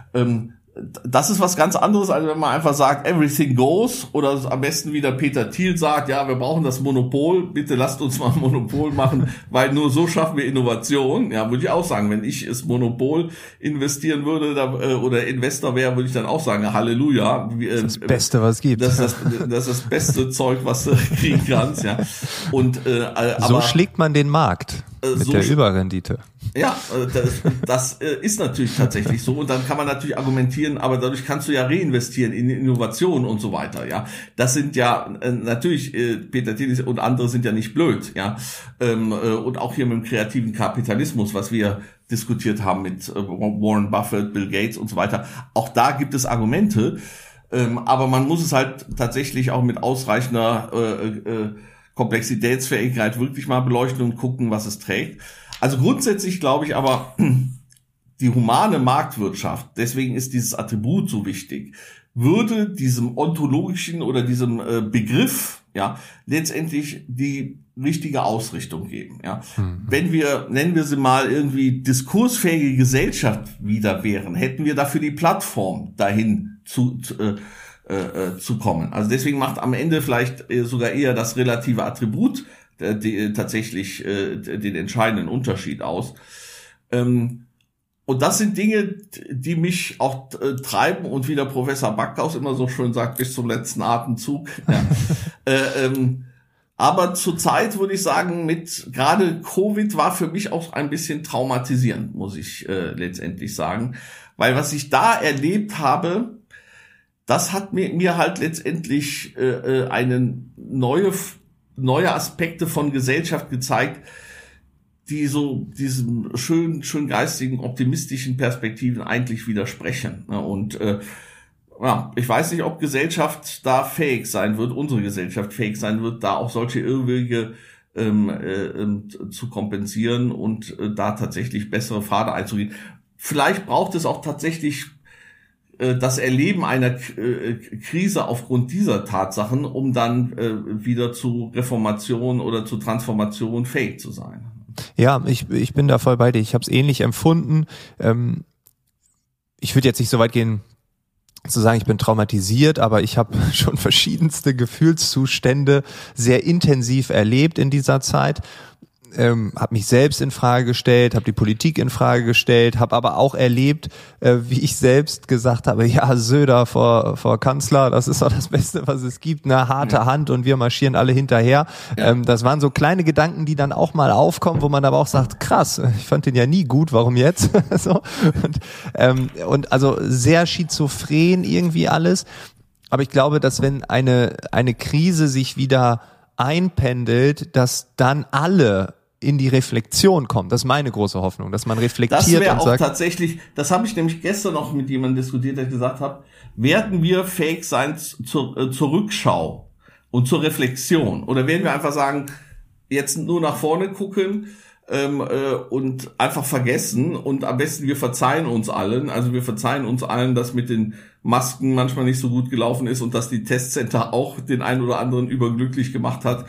Das ist was ganz anderes, als wenn man einfach sagt, everything goes, oder am besten wie der Peter Thiel sagt, ja, wir brauchen das Monopol, bitte lasst uns mal ein Monopol machen, weil nur so schaffen wir Innovation. Ja, würde ich auch sagen, wenn ich ins Monopol investieren würde oder Investor wäre, würde ich dann auch sagen, Halleluja. Das ist das Beste, was es gibt. Das ist das beste Zeug, was du kriegen kannst, ja. Und aber so schlägt man den Markt mit so der Überrendite. Ja, das ist natürlich tatsächlich so, und dann kann man natürlich argumentieren, aber dadurch kannst du ja reinvestieren in Innovation und so weiter, ja. Das sind ja natürlich, Peter Thiel und andere sind ja nicht blöd, ja. Und auch hier mit dem kreativen Kapitalismus, was wir diskutiert haben mit Warren Buffett, Bill Gates und so weiter, auch da gibt es Argumente, aber man muss es halt tatsächlich auch mit ausreichender Komplexitätsfähigkeit wirklich mal beleuchten und gucken, was es trägt. Also grundsätzlich glaube ich aber, die humane Marktwirtschaft, deswegen ist dieses Attribut so wichtig, würde diesem ontologischen oder diesem Begriff, ja, letztendlich die richtige Ausrichtung geben, ja. Wenn wir, nennen wir sie mal irgendwie diskursfähige Gesellschaft wieder wären, hätten wir dafür die Plattform dahin zu kommen. Also deswegen macht am Ende vielleicht sogar eher das relative Attribut tatsächlich den entscheidenden Unterschied aus. Und das sind Dinge, die mich auch treiben und wie der Professor Backhaus immer so schön sagt, bis zum letzten Atemzug. Ja. Aber zurzeit würde ich sagen, mit gerade Covid war für mich auch ein bisschen traumatisierend, muss ich letztendlich sagen. Weil was ich da erlebt habe, das hat mir halt letztendlich neue Aspekte von Gesellschaft gezeigt, die so diesen schön geistigen, optimistischen Perspektiven eigentlich widersprechen. Und ich weiß nicht, ob Gesellschaft da fähig sein wird, unsere Gesellschaft fähig sein wird, da auch solche Irrwege zu kompensieren und da tatsächlich bessere Pfade einzugehen. Vielleicht braucht es auch tatsächlich das Erleben einer Krise aufgrund dieser Tatsachen, um dann wieder zu Reformation oder zu Transformation fähig zu sein. Ja, ich bin da voll bei dir. Ich habe es ähnlich empfunden. Ich würde jetzt nicht so weit gehen, zu sagen, ich bin traumatisiert, aber ich habe schon verschiedenste Gefühlszustände sehr intensiv erlebt in dieser Zeit. Habe mich selbst in Frage gestellt, habe die Politik in Frage gestellt, habe aber auch erlebt, wie ich selbst gesagt habe, ja, Söder vor Kanzler, das ist doch das Beste, was es gibt, eine harte Hand und wir marschieren alle hinterher. Ja. Das waren so kleine Gedanken, die dann auch mal aufkommen, wo man aber auch sagt, krass, ich fand den ja nie gut, warum jetzt? So. Und also sehr schizophren irgendwie alles. Aber ich glaube, dass wenn eine Krise sich wieder einpendelt, dass dann alle in die Reflexion kommen. Das ist meine große Hoffnung, dass man reflektiert und sagt. Das wäre auch tatsächlich, das habe ich nämlich gestern noch mit jemandem diskutiert, der gesagt hat, werden wir fähig sein zur Rückschau und zur Reflexion? Oder werden wir einfach sagen, jetzt nur nach vorne gucken und einfach vergessen und am besten wir verzeihen uns allen. Also wir verzeihen uns allen, dass mit den Masken manchmal nicht so gut gelaufen ist und dass die Testcenter auch den einen oder anderen überglücklich gemacht hat.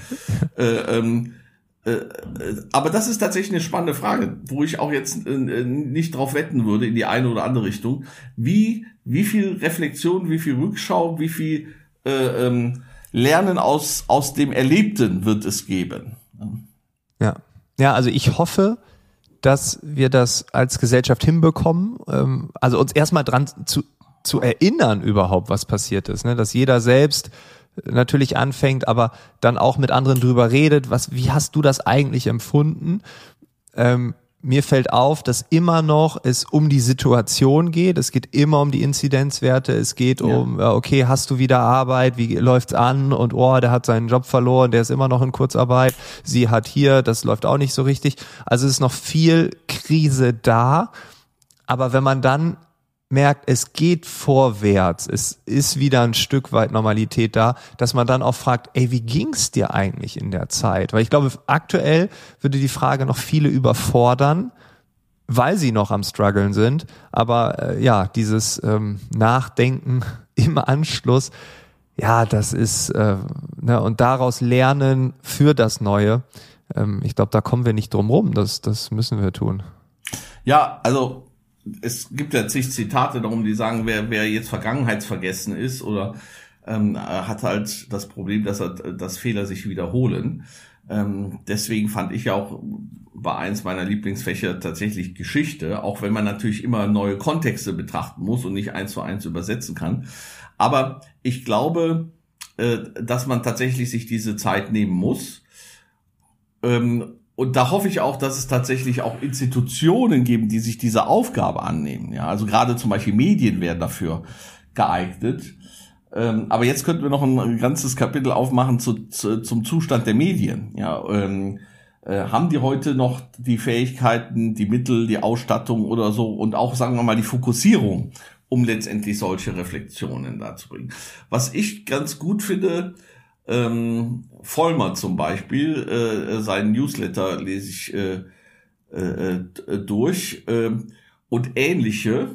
Aber das ist tatsächlich eine spannende Frage, wo ich auch jetzt nicht drauf wetten würde in die eine oder andere Richtung. Wie viel Reflexion, wie viel Rückschau, wie viel Lernen aus dem Erlebten wird es geben? Ja, also ich hoffe, dass wir das als Gesellschaft hinbekommen, also uns erstmal dran zu erinnern überhaupt, was passiert ist, ne? Dass jeder selbst natürlich anfängt, aber dann auch mit anderen drüber redet, wie hast du das eigentlich empfunden? Mir fällt auf, dass immer noch es um die Situation geht. Es geht immer um die Inzidenzwerte. Es geht um, okay, hast du wieder Arbeit? Wie läuft's an? Und der hat seinen Job verloren, der ist immer noch in Kurzarbeit. Sie hat hier, das läuft auch nicht so richtig. Also es ist noch viel Krise da. Aber wenn man dann merkt, es geht vorwärts, es ist wieder ein Stück weit Normalität da, dass man dann auch fragt, wie ging's dir eigentlich in der Zeit? Weil ich glaube, aktuell würde die Frage noch viele überfordern, weil sie noch am Struggeln sind. Aber dieses Nachdenken im Anschluss, das ist, und daraus lernen für das Neue. Ich glaube, da kommen wir nicht drum rum, das müssen wir tun. Ja, also es gibt ja zig Zitate darum, die sagen, wer jetzt vergangenheitsvergessen ist oder hat halt das Problem, dass Fehler sich wiederholen. Deswegen fand ich auch bei eins meiner Lieblingsfächer tatsächlich Geschichte, auch wenn man natürlich immer neue Kontexte betrachten muss und nicht 1:1 übersetzen kann. Aber ich glaube, dass man tatsächlich sich diese Zeit nehmen muss. Und da hoffe ich auch, dass es tatsächlich auch Institutionen geben, die sich dieser Aufgabe annehmen. Ja, also gerade zum Beispiel Medien werden dafür geeignet. Aber jetzt könnten wir noch ein ganzes Kapitel aufmachen zum Zustand der Medien. Ja, haben die heute noch die Fähigkeiten, die Mittel, die Ausstattung oder so und auch, sagen wir mal, die Fokussierung, um letztendlich solche Reflexionen darzubringen. Was ich ganz gut finde, Vollmer zum Beispiel, seinen Newsletter lese ich durch und ähnliche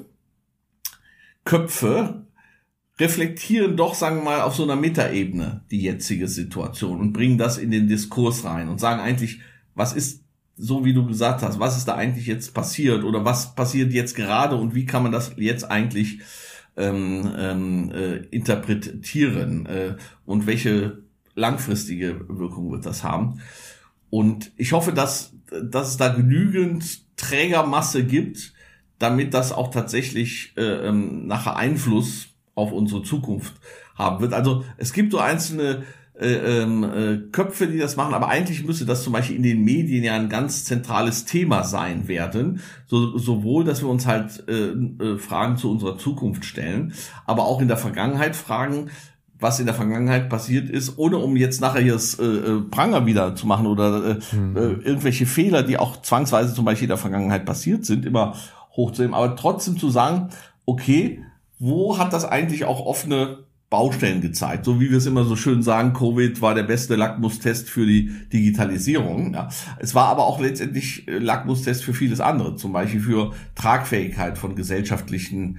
Köpfe reflektieren doch, sagen wir mal, auf so einer Metaebene die jetzige Situation und bringen das in den Diskurs rein und sagen eigentlich, was ist, so wie du gesagt hast, was ist da eigentlich jetzt passiert oder was passiert jetzt gerade und wie kann man das jetzt eigentlich interpretieren und welche langfristige Wirkung wird das haben. Und ich hoffe, dass es da genügend Trägermasse gibt, damit das auch tatsächlich nachher Einfluss auf unsere Zukunft haben wird. Also es gibt so einzelne Köpfe, die das machen, aber eigentlich müsste das zum Beispiel in den Medien ja ein ganz zentrales Thema sein werden, sowohl, dass wir uns halt Fragen zu unserer Zukunft stellen, aber auch in der Vergangenheit Fragen, was in der Vergangenheit passiert ist, ohne um jetzt nachher hier das Pranger wieder zu machen oder irgendwelche Fehler, die auch zwangsweise zum Beispiel in der Vergangenheit passiert sind, immer hochzuheben, aber trotzdem zu sagen, okay, wo hat das eigentlich auch offene Baustellen gezeigt? So wie wir es immer so schön sagen, Covid war der beste Lackmustest für die Digitalisierung. Ja. Es war aber auch letztendlich Lackmustest für vieles andere, zum Beispiel für Tragfähigkeit von gesellschaftlichen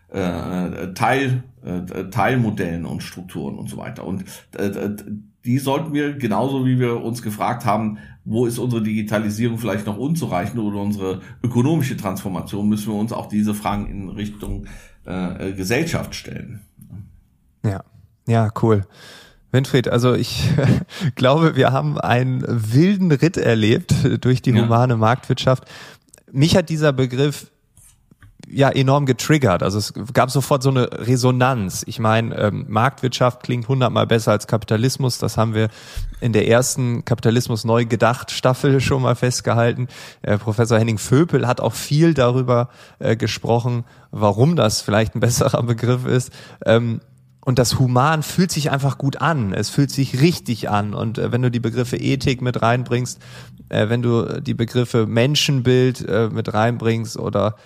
Teilmodellen und Strukturen und so weiter. Und die sollten wir, genauso wie wir uns gefragt haben, wo ist unsere Digitalisierung vielleicht noch unzureichend oder unsere ökonomische Transformation, müssen wir uns auch diese Fragen in Richtung Gesellschaft stellen. Ja, cool. Winfried, also ich glaube, wir haben einen wilden Ritt erlebt durch die humane Marktwirtschaft. Mich hat dieser Begriff ja enorm getriggert. Also es gab sofort so eine Resonanz. Ich meine, Marktwirtschaft klingt 100-mal besser als Kapitalismus. Das haben wir in der ersten Kapitalismus neu gedacht Staffel schon mal festgehalten. Professor Henning Vöpel hat auch viel darüber gesprochen, warum das vielleicht ein besserer Begriff ist. Und das Human fühlt sich einfach gut an. Es fühlt sich richtig an. Und wenn du die Begriffe Ethik mit reinbringst, wenn du die Begriffe Menschenbild mit reinbringst oder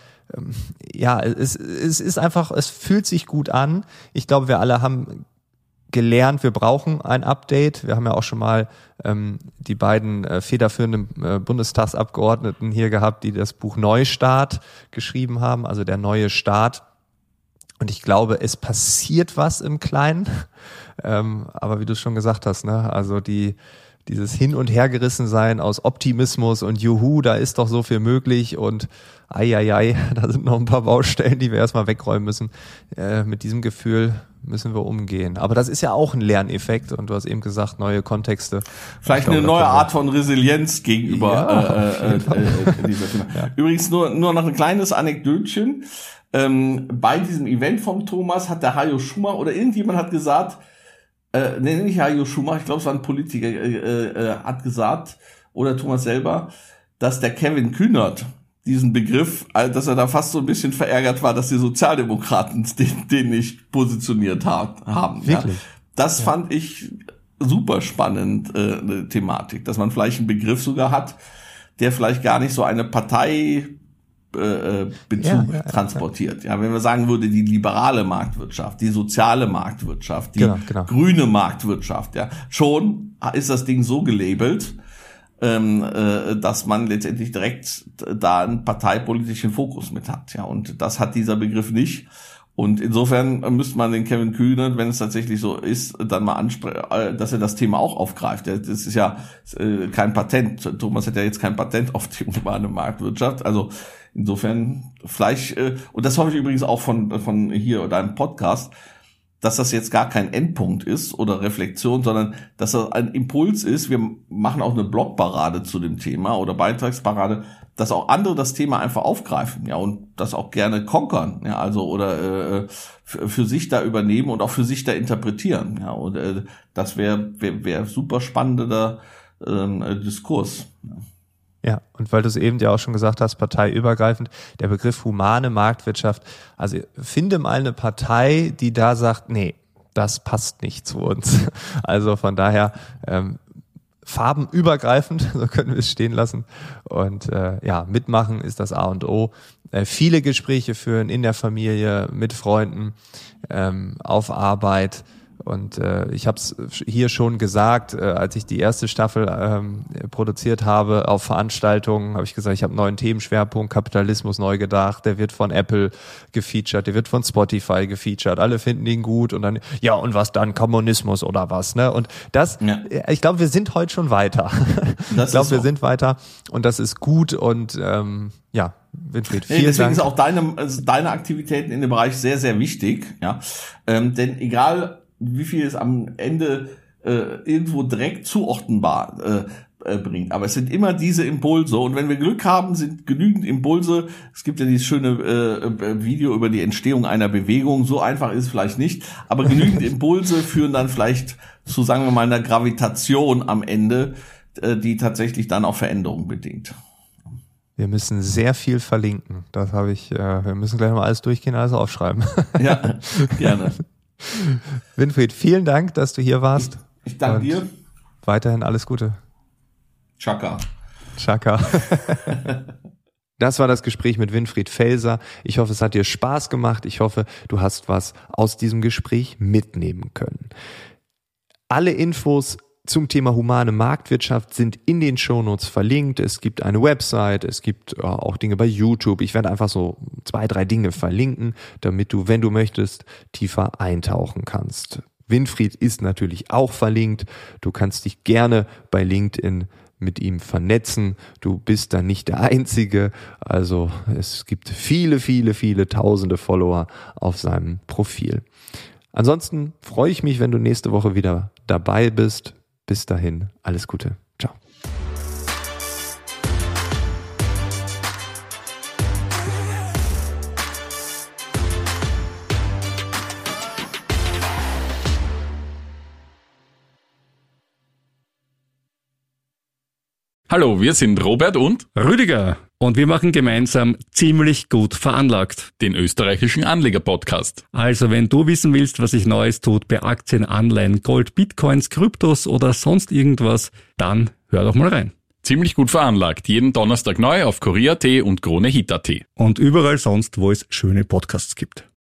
es ist einfach, es fühlt sich gut an. Ich glaube, wir alle haben gelernt, wir brauchen ein Update. Wir haben ja auch schon mal die beiden federführenden Bundestagsabgeordneten hier gehabt, die das Buch Neustart geschrieben haben, also der neue Staat. Und ich glaube, es passiert was im Kleinen. Aber wie du schon gesagt hast, ne, also dieses Hin- und Hergerissensein aus Optimismus und Juhu, da ist doch so viel möglich und da sind noch ein paar Baustellen, die wir erstmal wegräumen müssen. Mit diesem Gefühl müssen wir umgehen. Aber das ist ja auch ein Lerneffekt und du hast eben gesagt, neue Kontexte. Vielleicht eine neue Art von Resilienz gegenüber dieser Thema. Ja. Übrigens nur noch ein kleines Anekdötchen. Bei diesem Event vom Thomas hat der Hajo Schumacher oder irgendjemand hat gesagt, nicht Hajo Schumacher, ich glaube es war ein Politiker, hat gesagt, oder Thomas selber, dass der Kevin Kühnert diesen Begriff, dass er da fast so ein bisschen verärgert war, dass die Sozialdemokraten den nicht positioniert haben. Wirklich? Ja. Das fand ich super spannend, eine Thematik, dass man vielleicht einen Begriff sogar hat, der vielleicht gar nicht so eine Partei Bezug transportiert. Ja, wenn wir sagen würde, die liberale Marktwirtschaft, die soziale Marktwirtschaft, die grüne Marktwirtschaft, ja, schon ist das Ding so gelabelt, dass man letztendlich direkt da einen parteipolitischen Fokus mit hat. Ja, und das hat dieser Begriff nicht. Und insofern müsste man den Kevin Kühnert, wenn es tatsächlich so ist, dann mal ansprechen, dass er das Thema auch aufgreift. Das ist ja kein Patent. Thomas hat ja jetzt kein Patent auf die urbane Marktwirtschaft. Also insofern vielleicht, und das hoffe ich übrigens auch von hier oder einem Podcast, dass das jetzt gar kein Endpunkt ist oder Reflexion, sondern dass das ein Impuls ist. Wir machen auch eine Blogparade zu dem Thema oder Beitragsparade, dass auch andere das Thema einfach aufgreifen, ja, und das auch gerne konkern, ja, also oder für sich da übernehmen und auch für sich da interpretieren, ja, und das wäre super spannender Diskurs. Ja, und weil du es eben ja auch schon gesagt hast, parteiübergreifend, der Begriff humane Marktwirtschaft, also finde mal eine Partei, die da sagt, nee, das passt nicht zu uns. Also von daher farbenübergreifend, so können wir es stehen lassen. Und mitmachen ist das A und O. Viele Gespräche führen in der Familie, mit Freunden, auf Arbeit Und ich habe es hier schon gesagt, als ich die erste Staffel produziert habe auf Veranstaltungen, habe ich gesagt, ich habe einen neuen Themenschwerpunkt, Kapitalismus neu gedacht, der wird von Apple gefeatured, der wird von Spotify gefeatured, alle finden ihn gut und dann, ja und was dann, Kommunismus oder was, ne? Und das, ich glaube, wir sind heute schon weiter. Ich glaube, wir sind weiter und das ist gut und Winfried, vielen deswegen Dank. Ist auch deine Aktivitäten in dem Bereich sehr, sehr wichtig, ja. Denn egal wie viel es am Ende irgendwo direkt zuordnenbar bringt. Aber es sind immer diese Impulse. Und wenn wir Glück haben, sind genügend Impulse. Es gibt ja dieses schöne Video über die Entstehung einer Bewegung. So einfach ist es vielleicht nicht. Aber genügend Impulse führen dann vielleicht zu, sagen wir mal, einer Gravitation am Ende, die tatsächlich dann auch Veränderungen bedingt. Wir müssen sehr viel verlinken. Das habe ich, wir müssen gleich mal alles durchgehen, alles aufschreiben. Ja, gerne. Winfried, vielen Dank, dass du hier warst. Ich danke dir. Weiterhin alles Gute. Chaka. Das war das Gespräch mit Winfried Felser. Ich hoffe, es hat dir Spaß gemacht. Ich hoffe, du hast was aus diesem Gespräch mitnehmen können. Alle Infos zum Thema humane Marktwirtschaft sind in den Shownotes verlinkt. Es gibt eine Website, es gibt auch Dinge bei YouTube. Ich werde einfach so 2, 3 Dinge verlinken, damit du, wenn du möchtest, tiefer eintauchen kannst. Winfried ist natürlich auch verlinkt. Du kannst dich gerne bei LinkedIn mit ihm vernetzen. Du bist da nicht der Einzige. Also es gibt viele, viele, viele tausende Follower auf seinem Profil. Ansonsten freue ich mich, wenn du nächste Woche wieder dabei bist. Bis dahin, alles Gute. Ciao. Hallo, wir sind Robert und Rüdiger und wir machen gemeinsam ziemlich gut veranlagt. Den österreichischen Anleger-Podcast. Also wenn du wissen willst, was sich Neues tut bei Aktien, Anleihen, Gold, Bitcoins, Kryptos oder sonst irgendwas, dann hör doch mal rein. Ziemlich gut veranlagt. Jeden Donnerstag neu auf Kurier.at und Krone Hit.at. Und überall sonst, wo es schöne Podcasts gibt.